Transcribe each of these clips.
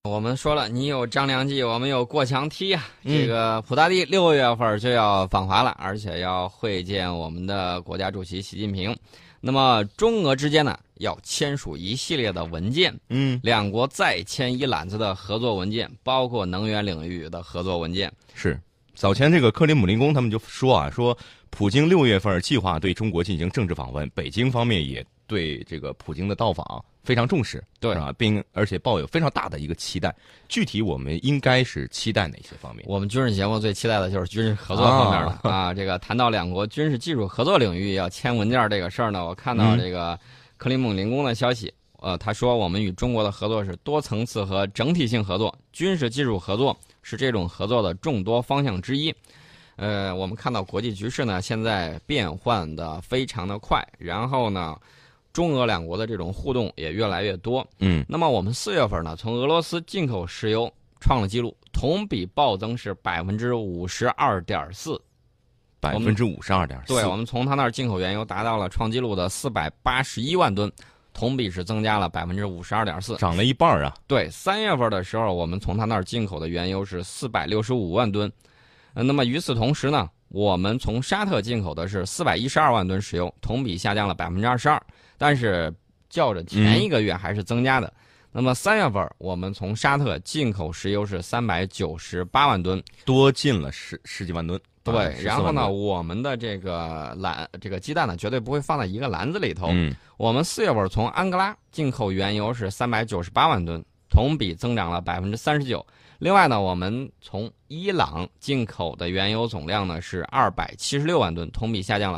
我们说了，你有张良计，我们有过墙梯啊。这个普大帝6月份就要访华了，而且要会见我们的国家主席习近平。那么中俄之间呢，要签署一系列的文件，两国再签一揽子的合作文件，包括能源领域的合作文件。 是，早前这个克里姆林宫他们就说普京6月份计划对中国进行政治访问，北京方面也对这个普京的到访非常重视， 对啊，而且抱有非常大的一个期待。具体我们应该是期待哪些方面？ 我们军事节目最期待的就是军事合作方面的啊。这个谈到两国军事技术合作领域要签文件这个事儿呢，我看到这个克里姆林宫的消息，他说我们与中国的合作是多层次和整体性合作，军事技术合作是这种合作的众多方向之一。我们看到国际局势呢，现在变换的非常的快，然后呢，中俄两国的这种互动也越来越多。那么我们4月份呢，从俄罗斯进口石油创了纪录，同比暴增是52.4%， 52.4%。 对，我们从他那儿进口原油达到了创纪录的481万吨，同比是增加了52.4%， 涨了一半啊。 对，3月份的时候，我们从他那儿进口的原油是465万吨。那么与此同时呢，我们从沙特进口的是412万吨石油，同比下降了22%，但是较着前一个月还是增加的。那么3月份我们从沙特进口石油是398万吨， 多进了十几万吨。 对，然后呢，我们的这个鸡蛋呢，绝对不会放在一个篮子里头。我们4月份从安哥拉进口原油是398万吨，同比增长了39%。另外呢，我们从伊朗进口的原油总量呢是276万吨，同比下降了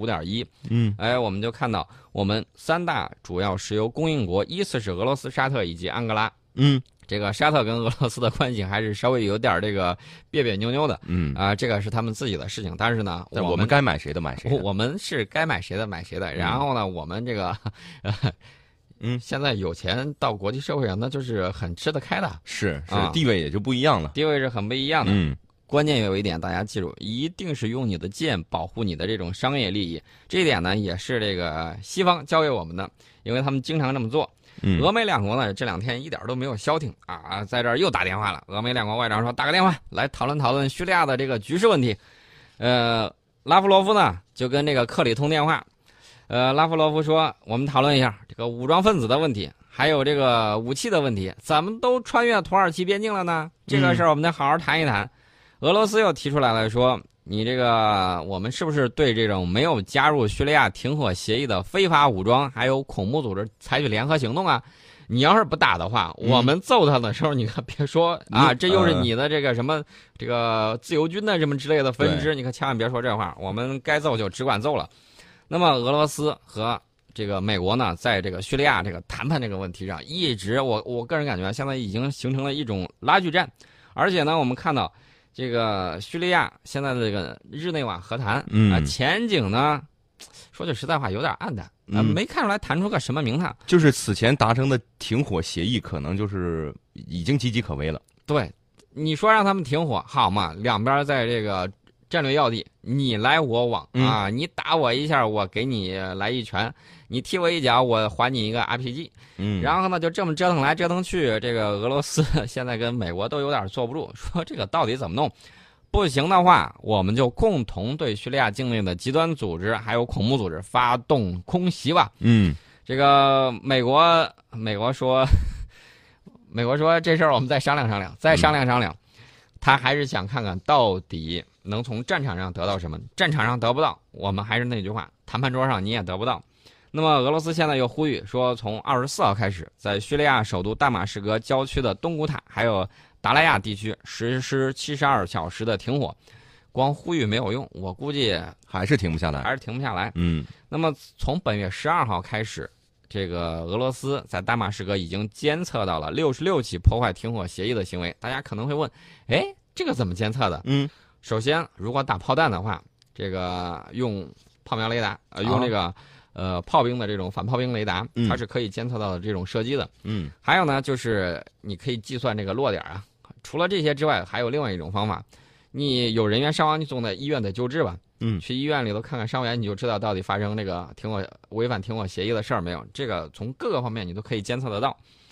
5.1%。我们就看到我们3大主要石油供应国依次是俄罗斯、沙特以及安哥拉。这个沙特跟俄罗斯的关系还是稍微有点这个别别扭扭的。这个是他们自己的事情，但是呢， 我们该买谁的买谁的， 我们是该买谁的买谁的。然后呢，我们这个。现在有钱到国际社会上，那就是很吃得开的， 是地位也就不一样了， 地位是很不一样的。关键有一点，大家记住，一定是用你的剑保护你的这种商业利益。这一点呢，也是这个西方教给我们的，因为他们经常这么做。俄美两国呢，这2天一点都没有消停啊，在这儿又打电话了。俄美两国外长说，打个电话来讨论叙利亚的这个局势问题。拉夫罗夫呢就跟这个克里通电话。拉夫罗夫说，我们讨论一下这个武装分子的问题，还有这个武器的问题，怎么都穿越土耳其边境了呢？这个事儿我们得好好谈一谈。俄罗斯又提出来了，说你这个我们是不是对这种没有加入叙利亚停火协议的非法武装还有恐怖组织采取联合行动啊？你要是不打的话，我们揍他的时候，你可别说啊，这又是你的这个什么这个自由军的什么之类的分支，你可千万别说这话，我们该揍就只管揍了。那么俄罗斯和这个美国呢，在这个叙利亚这个谈判这个问题上，一直我个人感觉现在已经形成了一种拉锯战，而且呢，我们看到这个叙利亚现在的这个日内瓦和谈前景呢，说句实在话有点暗淡，没看出来谈出个什么名堂。 就是此前达成的停火协议，可能就是已经岌岌可危了。 对，你说让他们停火好嘛？两边在这个战略要地，你来我往啊！你打我一下，我给你来一拳；你踢我一脚，我还你一个 RPG。然后呢，就这么折腾来折腾去，这个俄罗斯现在跟美国都有点坐不住，说这个到底怎么弄？不行的话，我们就共同对叙利亚境内的极端组织还有恐怖组织发动空袭吧。这个美国说，这事儿我们再商量商量，再商量商量。他还是想看看到底能从战场上得到什么，战场上得不到，我们还是那句话，谈判桌上你也得不到。那么俄罗斯现在又呼吁说，从24号开始，在叙利亚首都大马士革郊区的东古塔还有达莱亚地区实施72小时的停火。光呼吁没有用，我估计还是停不下来， 那么从本月12号开始，这个俄罗斯在大马士革已经监测到了66起破坏停火协议的行为。大家可能会问，这个怎么监测的？首先，如果打炮弹的话，这个用炮瞄雷达，用这个炮兵的这种反炮兵雷达，它是可以监测到的这种射击的。还有呢，就是你可以计算这个落点啊。除了这些之外，还有另外一种方法，你有人员伤亡，你总得医院得救治吧？去医院里头看看伤员，你就知道到底发生这个违反停火协议的事儿没有。这个从各个方面你都可以监测得到。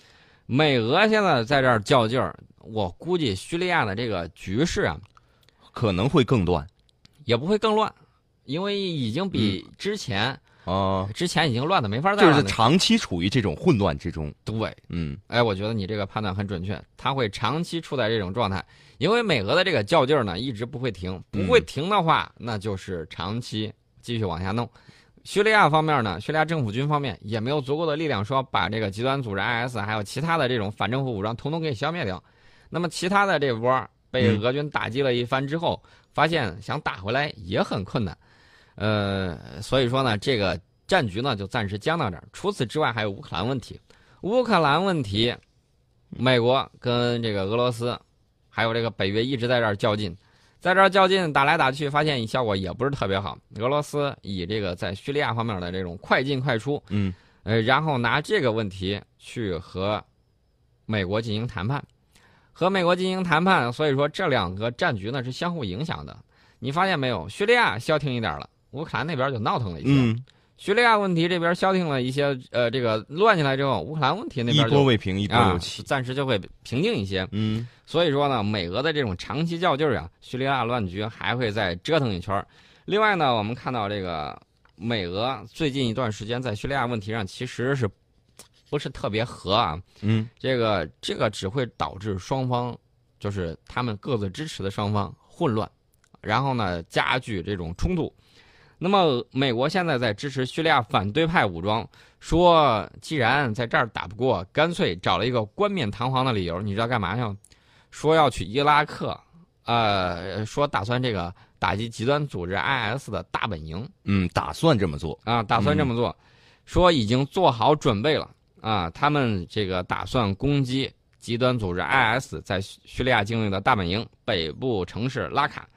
美俄现在在这儿较劲儿，我估计叙利亚的这个局势啊， 可能会更乱， 也不会更乱，因为已经比之前之前已经乱的没法再乱了， 就是长期处于这种混乱之中。 对，哎，我觉得你这个判断很准确，它会长期处在这种状态，因为美俄的这个较劲儿呢，一直不会停，不会停的话，那就是长期继续往下弄。叙利亚方面呢，叙利亚政府军方面也没有足够的力量说把这个极端组织 IS 还有其他的这种反政府武装统统给消灭掉。那么其他的这波被俄军打击了一番之后，发现想打回来也很困难。所以说呢，这个战局呢就暂时僵到这儿。除此之外，还有乌克兰问题。乌克兰问题，美国跟这个俄罗斯，还有这个北约一直在这儿较劲。在这儿较劲打来打去，发现效果也不是特别好。俄罗斯以这个在叙利亚方面的这种快进快出，然后拿这个问题去和美国进行谈判，所以说这两个战局呢是相互影响的。你发现没有？叙利亚消停一点了，乌克兰那边就闹腾了一些。叙利亚问题这边消停了一些，这个乱起来之后，乌克兰问题那边一波未平一波又起， 暂时就会平静一些。所以说呢，美俄的这种长期较劲儿啊，叙利亚乱局还会再折腾一圈。另外呢，我们看到这个美俄最近一段时间在叙利亚问题上其实是不是特别和啊？这个只会导致双方就是他们各自支持的双方混乱，然后呢加剧这种冲突。那么美国现在在支持叙利亚反对派武装，说既然在这儿打不过，干脆找了一个冠冕堂皇的理由，你知道干嘛去？说要去伊拉克，说打算这个打击极端组织 IS 的大本营。 打算这么做啊，打算这么做，说已经做好准备了啊，他们这个打算攻击极端组织 IS 在叙利亚境内的大本营北部城市拉卡。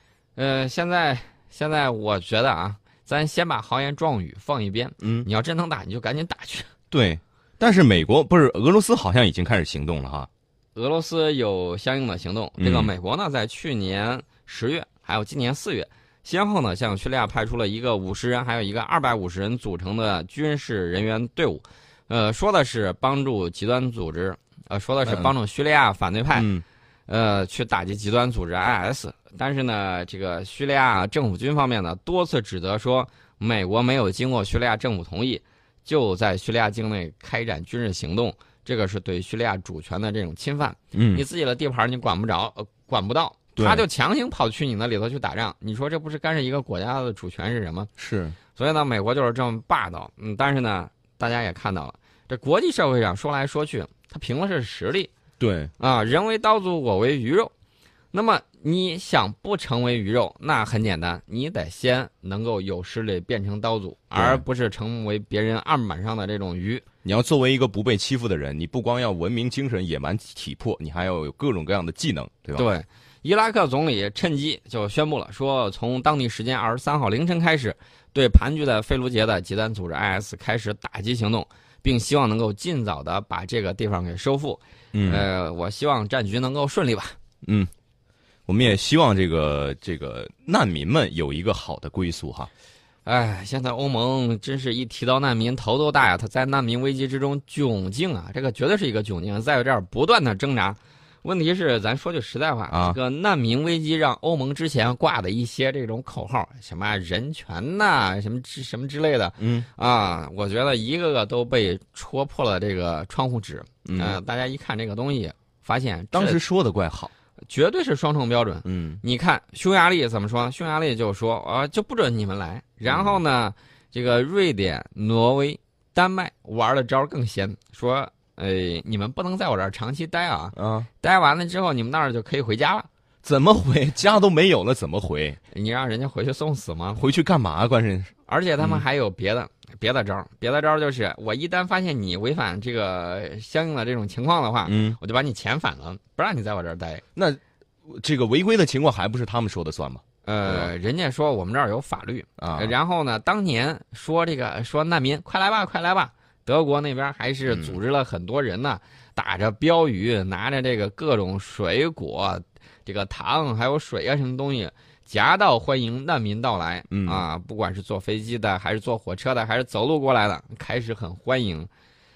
现在我觉得啊，咱先把豪言壮语放一边。你要真能打，你就赶紧打去。 对，但是美国不是俄罗斯好像已经开始行动了哈。 俄罗斯有相应的行动。这个美国呢，在去年10月还有今年4月，先后呢向叙利亚派出了一个50人，还有一个250人组成的军事人员队伍。说的是帮助极端组织，说的是帮助叙利亚反对派。去打击极端组织 IS， 但是呢，这个叙利亚政府军方面呢多次指责说，美国没有经过叙利亚政府同意，就在叙利亚境内开展军事行动，这个是对叙利亚主权的这种侵犯。你自己的地盘你管不着，管不到，他就强行跑去你那里头去打仗，你说这不是干涉一个国家的主权是什么？ 是。 所以呢，美国就是这么霸道。但是呢，大家也看到了，这国际社会上说来说去，他凭的是实力。 对啊，人为刀俎，我为鱼肉。那么你想不成为鱼肉，那很简单，你得先能够有实力变成刀俎，而不是成为别人案板上的这种鱼。 你要作为一个不被欺负的人，你不光要文明精神、野蛮体魄，你还要有各种各样的技能，对吧？ 对，伊拉克总理趁机就宣布了，说从当地时间23号凌晨开始，对盘踞在费卢杰的极端组织 IS 开始打击行动，并希望能够尽早的把这个地方给收复。我希望战局能够顺利吧。 我们也希望这个难民们有一个好的归宿哈。 现在欧盟真是一提到难民头都大呀，他在难民危机之中窘境啊，这个绝对是一个窘境，在这儿不断的挣扎。问题是，咱说句实在话，这个难民危机让欧盟之前挂的一些这种口号，什么人权呐，什么之类的，我觉得一个个都被戳破了这个窗户纸。大家一看这个东西，发现当时说的怪好， 绝对是双重标准。你看匈牙利怎么说？匈牙利就说就不准你们来。然后呢，这个瑞典、挪威、丹麦玩的招更闲，说你们不能在我这儿长期待啊！待完了之后，你们那儿就可以回家了。 怎么回？家都没有了，怎么回？ 你让人家回去送死吗？ 回去干嘛？关键是， 而且他们还有别的招，别的招就是我一旦发现你违反这个相应的这种情况的话，我就把你遣返了，不让你在我这儿待。 那这个违规的情况还不是他们说的算吗？ 人家说我们这儿有法律啊。然后呢，当年说说难民快来吧，快来吧。德国那边还是组织了很多人呢，打着标语，拿着这个各种水果、这个糖还有水啊什么东西，夹道欢迎难民到来。不管是坐飞机的，还是坐火车的，还是走路过来的，开始很欢迎。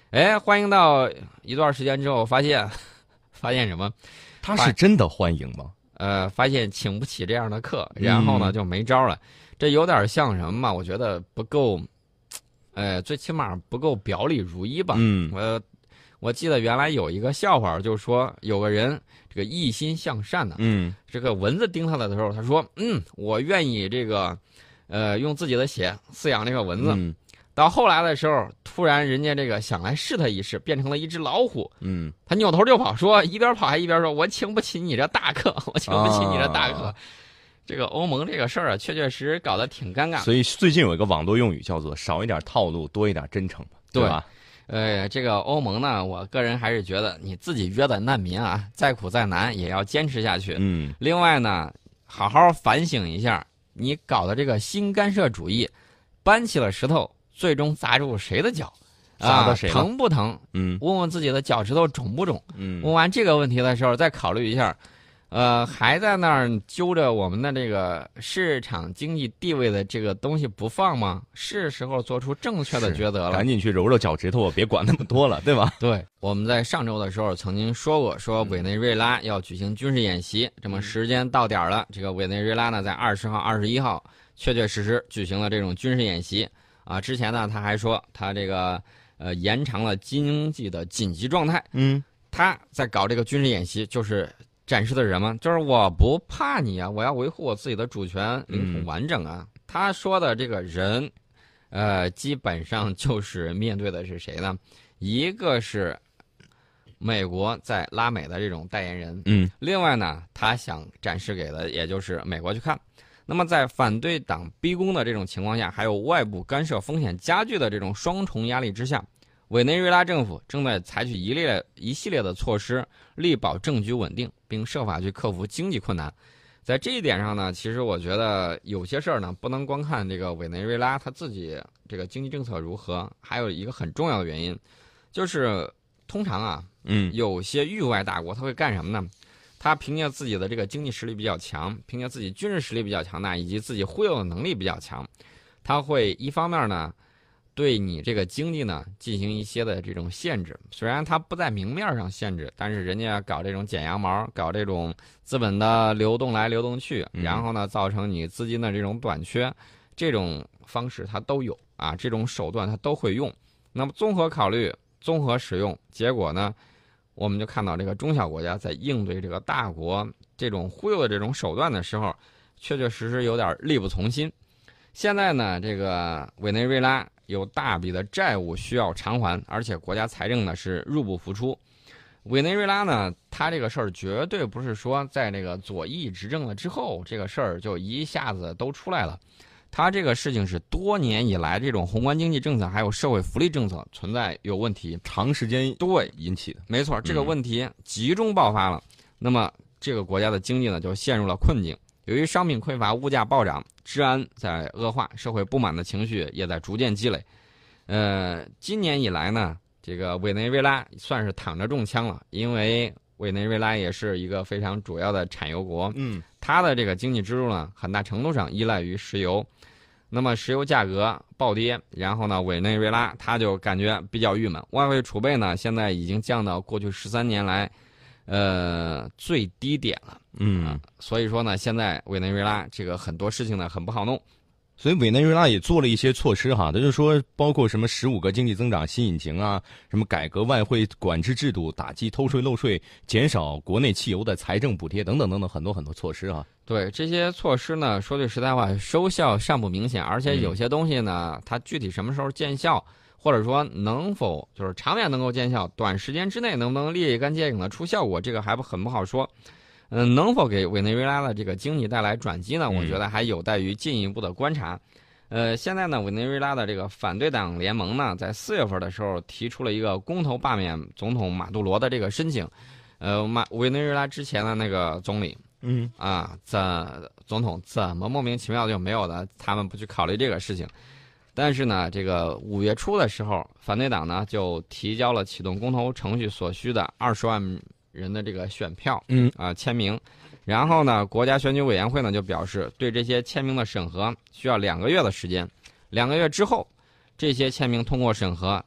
哎，欢迎到一段时间之后，发现什么？ 他是真的欢迎吗？ 发现请不起这样的客，然后呢就没招了。这有点像什么嘛？我觉得不够，最起码不够表里如一吧。我记得原来有一个笑话，就是说有个人这个一心向善的，这个蚊子叮他的时候，他说，我愿意这个，用自己的血饲养这个蚊子。到后来的时候，突然人家这个想来试他一试，变成了一只老虎。他扭头就跑，说一边跑还一边说：“我请不起你这大客，我请不起你这大客。这个欧盟这个事儿啊，确确实实搞得挺尴尬。 所以最近有一个网络用语叫做“少一点套路，多一点真诚”，对吧？ 这个欧盟呢，我个人还是觉得你自己约的难民啊，再苦再难也要坚持下去。另外呢，好好反省一下，你搞的这个新干涉主义，搬起了石头。最终砸住谁的脚？ 砸到谁了？ 疼不疼？问问自己的脚趾头肿不肿？问完这个问题的时候，再考虑一下，还在那儿揪着我们的这个市场经济地位的这个东西不放吗？是时候做出正确的抉择了。 赶紧去揉揉脚趾头，别管那么多了，对吧？ 对，我们在上周的时候曾经说过，说委内瑞拉要举行军事演习，这么时间到点了，这个委内瑞拉呢，在20号、21号确确实实举行了这种军事演习。之前呢，他还说他这个延长了经济的紧急状态。他在搞这个军事演习，就是展示的什么？就是我不怕你啊，我要维护我自己的主权、领土完整啊。他说的这个人，基本上就是面对的是谁呢？一个是美国在拉美的这种代言人，另外呢，他想展示给的也就是美国去看。那么在反对党逼宫的这种情况下，还有外部干涉风险加剧的这种双重压力之下，委内瑞拉政府正在采取一系列的措施，力保政局稳定，并设法去克服经济困难。在这一点上呢，其实我觉得有些事儿呢，不能光看这个委内瑞拉他自己这个经济政策如何，还有一个很重要的原因，就是通常啊，有些域外大国他会干什么呢？他凭借自己的这个经济实力比较强，凭借自己军事实力比较强大，以及自己忽悠的能力比较强，他会一方面呢，对你这个经济呢进行一些的这种限制。虽然他不在明面上限制，但是人家搞这种剪羊毛，搞这种资本的流动来流动去，然后呢造成你资金的这种短缺，这种方式他都有啊，这种手段他都会用。那么综合考虑，综合使用，结果呢？我们就看到这个中小国家在应对这个大国这种忽悠的这种手段的时候，确确实实有点力不从心。现在呢，这个委内瑞拉有大笔的债务需要偿还，而且国家财政呢是入不敷出。委内瑞拉呢，他这个事儿绝对不是说在这个左翼执政了之后，这个事儿就一下子都出来了。他这个事情是多年以来这种宏观经济政策还有社会福利政策存在有问题， 长时间引起的。 没错，这个问题集中爆发了，那么这个国家的经济呢就陷入了困境。由于商品匮乏、物价暴涨、治安在恶化，社会不满的情绪也在逐渐积累。今年以来呢，这个委内瑞拉算是躺着中枪了，因为委内瑞拉也是一个非常主要的产油国，它的这个经济支柱呢，很大程度上依赖于石油。那么石油价格暴跌，然后呢，委内瑞拉他就感觉比较郁闷，外汇储备呢现在已经降到过去13年来，最低点了。所以说呢，现在委内瑞拉这个很多事情呢很不好弄。 所以委内瑞拉也做了一些措施哈，他就说包括什么15个经济增长新引擎啊，什么改革外汇管制制度，打击偷税漏税，减少国内汽油的财政补贴等等等等，很多很多措施啊。 对这些措施呢，说句实在话，收效尚不明显，而且有些东西呢，它具体什么时候见效，或者说能否就是长远能够见效，短时间之内能不能立竿见影的出效果，这个还很不好说。能否给委内瑞拉的这个经济带来转机呢？我觉得还有待于进一步的观察。现在呢，委内瑞拉的这个反对党联盟呢，在4月份的时候提出了一个公投罢免总统马杜罗的这个申请。委内瑞拉之前的那个总理，总统怎么莫名其妙就没有的？他们不去考虑这个事情。但是呢，这个5月初的时候，反对党呢就提交了启动公投程序所需的20万人的这个选票，签名。然后呢，国家选举委员会呢就表示，对这些签名的审核需要2个月的时间。2个月之后，这些签名通过审核，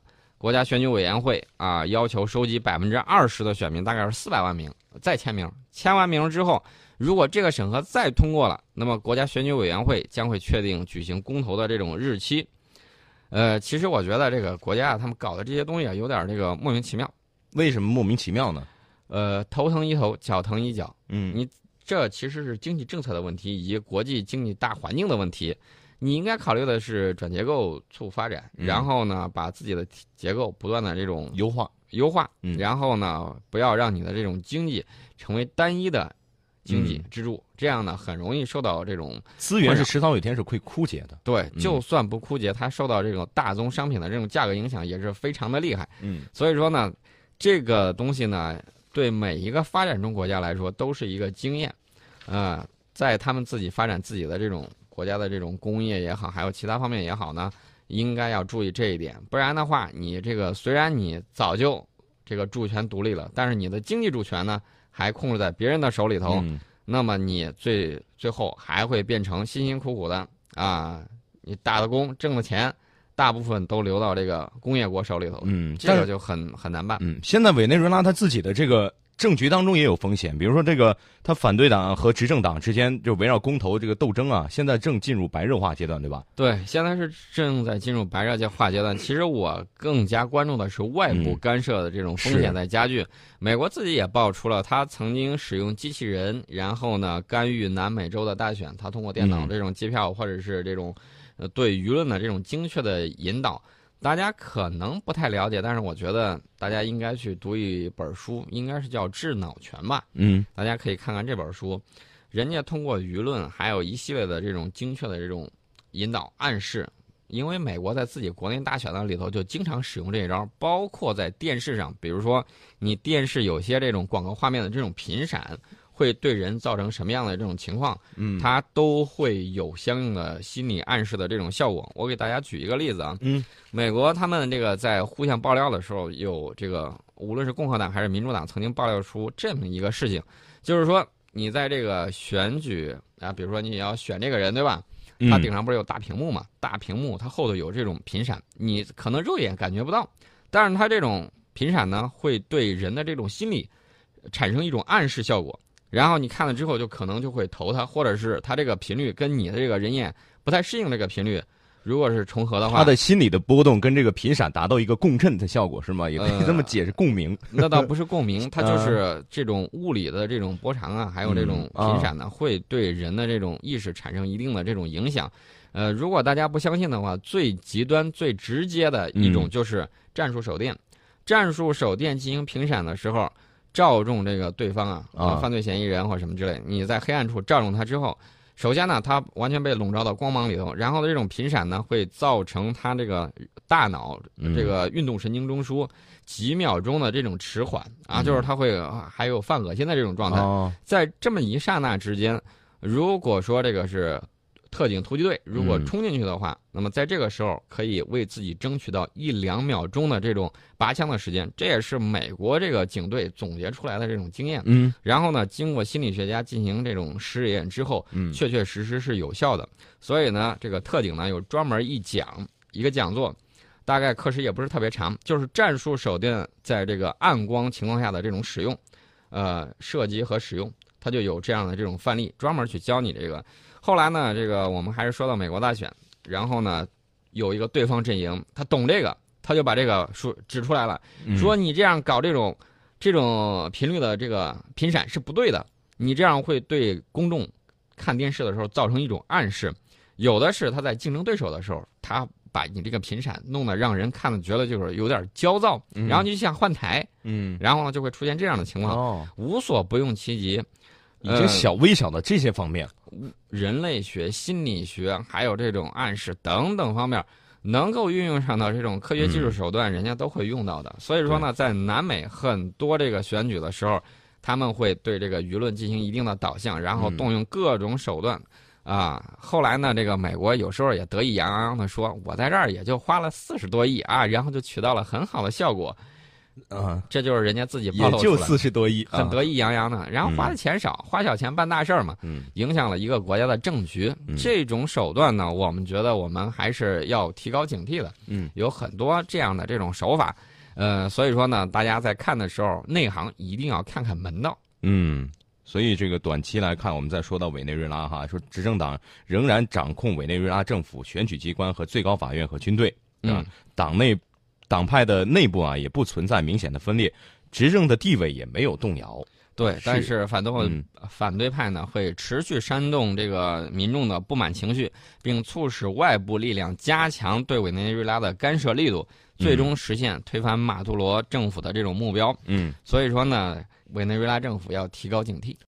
国家选举委员会啊要求收集20%的选民，大概是400万名，再签名，签完名之后，如果这个审核再通过了，那么国家选举委员会将会确定举行公投的这种日期。其实我觉得这个国家他们搞的这些东西有点这个莫名其妙。 为什么莫名其妙呢？ 头疼一头，脚疼一脚。 你这其实是经济政策的问题以及国际经济大环境的问题。你应该考虑的是转结构促发展，然后呢，把自己的结构不断的这种优化， 然后呢，不要让你的这种经济成为单一的经济支柱，这样呢，很容易受到这种资源是迟早有一天是会枯竭的。 对，就算不枯竭，它受到这种大宗商品的这种价格影响也是非常的厉害。所以说呢，这个东西呢，对每一个发展中国家来说都是一个经验，在他们自己发展自己的这种国家的这种工业也好，还有其他方面也好呢，应该要注意这一点，不然的话，你这个虽然你早就这个主权独立了，但是你的经济主权呢还控制在别人的手里头，那么你最后还会变成辛辛苦苦的你打的工挣的钱，大部分都流到这个工业国手里头，这个就很难办。 现在委内瑞拉他自己的这个政局当中也有风险，比如说这个他反对党和执政党之间就围绕公投这个斗争啊，现在正进入白热化阶段，对吧？ 对，现在是正在进入白热化阶段。其实我更加关注的是外部干涉的这种风险在加剧。美国自己也爆出了他曾经使用机器人，然后呢干预南美洲的大选，他通过电脑这种计票或者是这种对舆论的这种精确的引导。大家可能不太了解，但是我觉得大家应该去读一本书，应该是叫《智脑权》吧。大家可以看看这本书，人家通过舆论还有一系列的这种精确的这种引导暗示，因为美国在自己国内大选的里头就经常使用这一招，包括在电视上，比如说你电视有些这种广告画面的这种频闪，会对人造成什么样的这种情况，它都会有相应的心理暗示的这种效果。我给大家举一个例子啊，美国他们这个在互相爆料的时候，有这个无论是共和党还是民主党曾经爆料出这么一个事情，就是说你在这个选举啊，比如说你要选这个人，对吧？它顶上不是有大屏幕嘛？大屏幕它后头有这种频闪，你可能肉眼感觉不到，但是它这种频闪呢，会对人的这种心理产生一种暗示效果。然后你看了之后，就可能就会投他，或者是他这个频率跟你的这个人眼不太适应这个频率，如果是重合的话， 他的心理的波动跟这个频闪达到一个共振的效果是吗？也可以这么解释，共鸣。 那倒不是共鸣，它就是这种物理的这种波长啊，还有这种频闪呢，会对人的这种意识产生一定的这种影响。如果大家不相信的话，最极端、最直接的一种就是战术手电。战术手电进行频闪的时候，照中这个对方犯罪嫌疑人或什么之类，你在黑暗处照中他之后，首先呢，他完全被笼罩到光芒里头，然后这种频闪呢，会造成他这个大脑这个运动神经中枢几秒钟的这种迟缓就是他会还有犯恶心的这种状态。在这么一刹那之间，如果说这个是特警突击队如果冲进去的话，那么在这个时候可以为自己争取到1-2秒钟的这种拔枪的时间，这也是美国这个警队总结出来的这种经验。然后呢，经过心理学家进行这种试验之后，确确实实是有效的。所以呢，这个特警呢有专门一个讲座，大概课时也不是特别长，就是战术手电在这个暗光情况下的这种使用，射击和使用，它就有这样的这种范例，专门去教你这个。后来呢，这个我们还是说到美国大选，然后呢，有一个对方阵营，他懂这个，他就把这个指出来了，说你这样搞这种频率的这个频闪是不对的，你这样会对公众看电视的时候造成一种暗示。有的是他在竞争对手的时候，他把你这个频闪弄得让人看了觉得就是有点焦躁，然后你就想换台，然后呢就会出现这样的情况，无所不用其极。 已经微小的这些方面， 人类学、心理学还有这种暗示等等方面，能够运用上的这种科学技术手段，人家都会用到的。所以说呢，在南美很多这个选举的时候，他们会对这个舆论进行一定的导向，然后动用各种手段。后来呢，这个美国有时候也得意洋洋的说，我在这儿也就花了40多亿然后就取到了很好的效果。 这就是人家自己暴露也就出来的 40多亿， 很得意洋洋的，然后花的钱少，花小钱办大事儿嘛，影响了一个国家的政局。这种手段呢，我们觉得我们还是要提高警惕的。有很多这样的这种手法，所以说呢，大家在看的时候，内行一定要看看门道。 所以这个短期来看，我们再说到委内瑞拉哈，说执政党仍然掌控委内瑞拉政府、选举机关和最高法院和军队党派的内部啊也不存在明显的分裂，执政的地位也没有动摇。 对，但是反对派呢会持续煽动这个民众的不满情绪，并促使外部力量加强对委内瑞拉的干涉力度，最终实现推翻马杜罗政府的这种目标。所以说呢，委内瑞拉政府要提高警惕。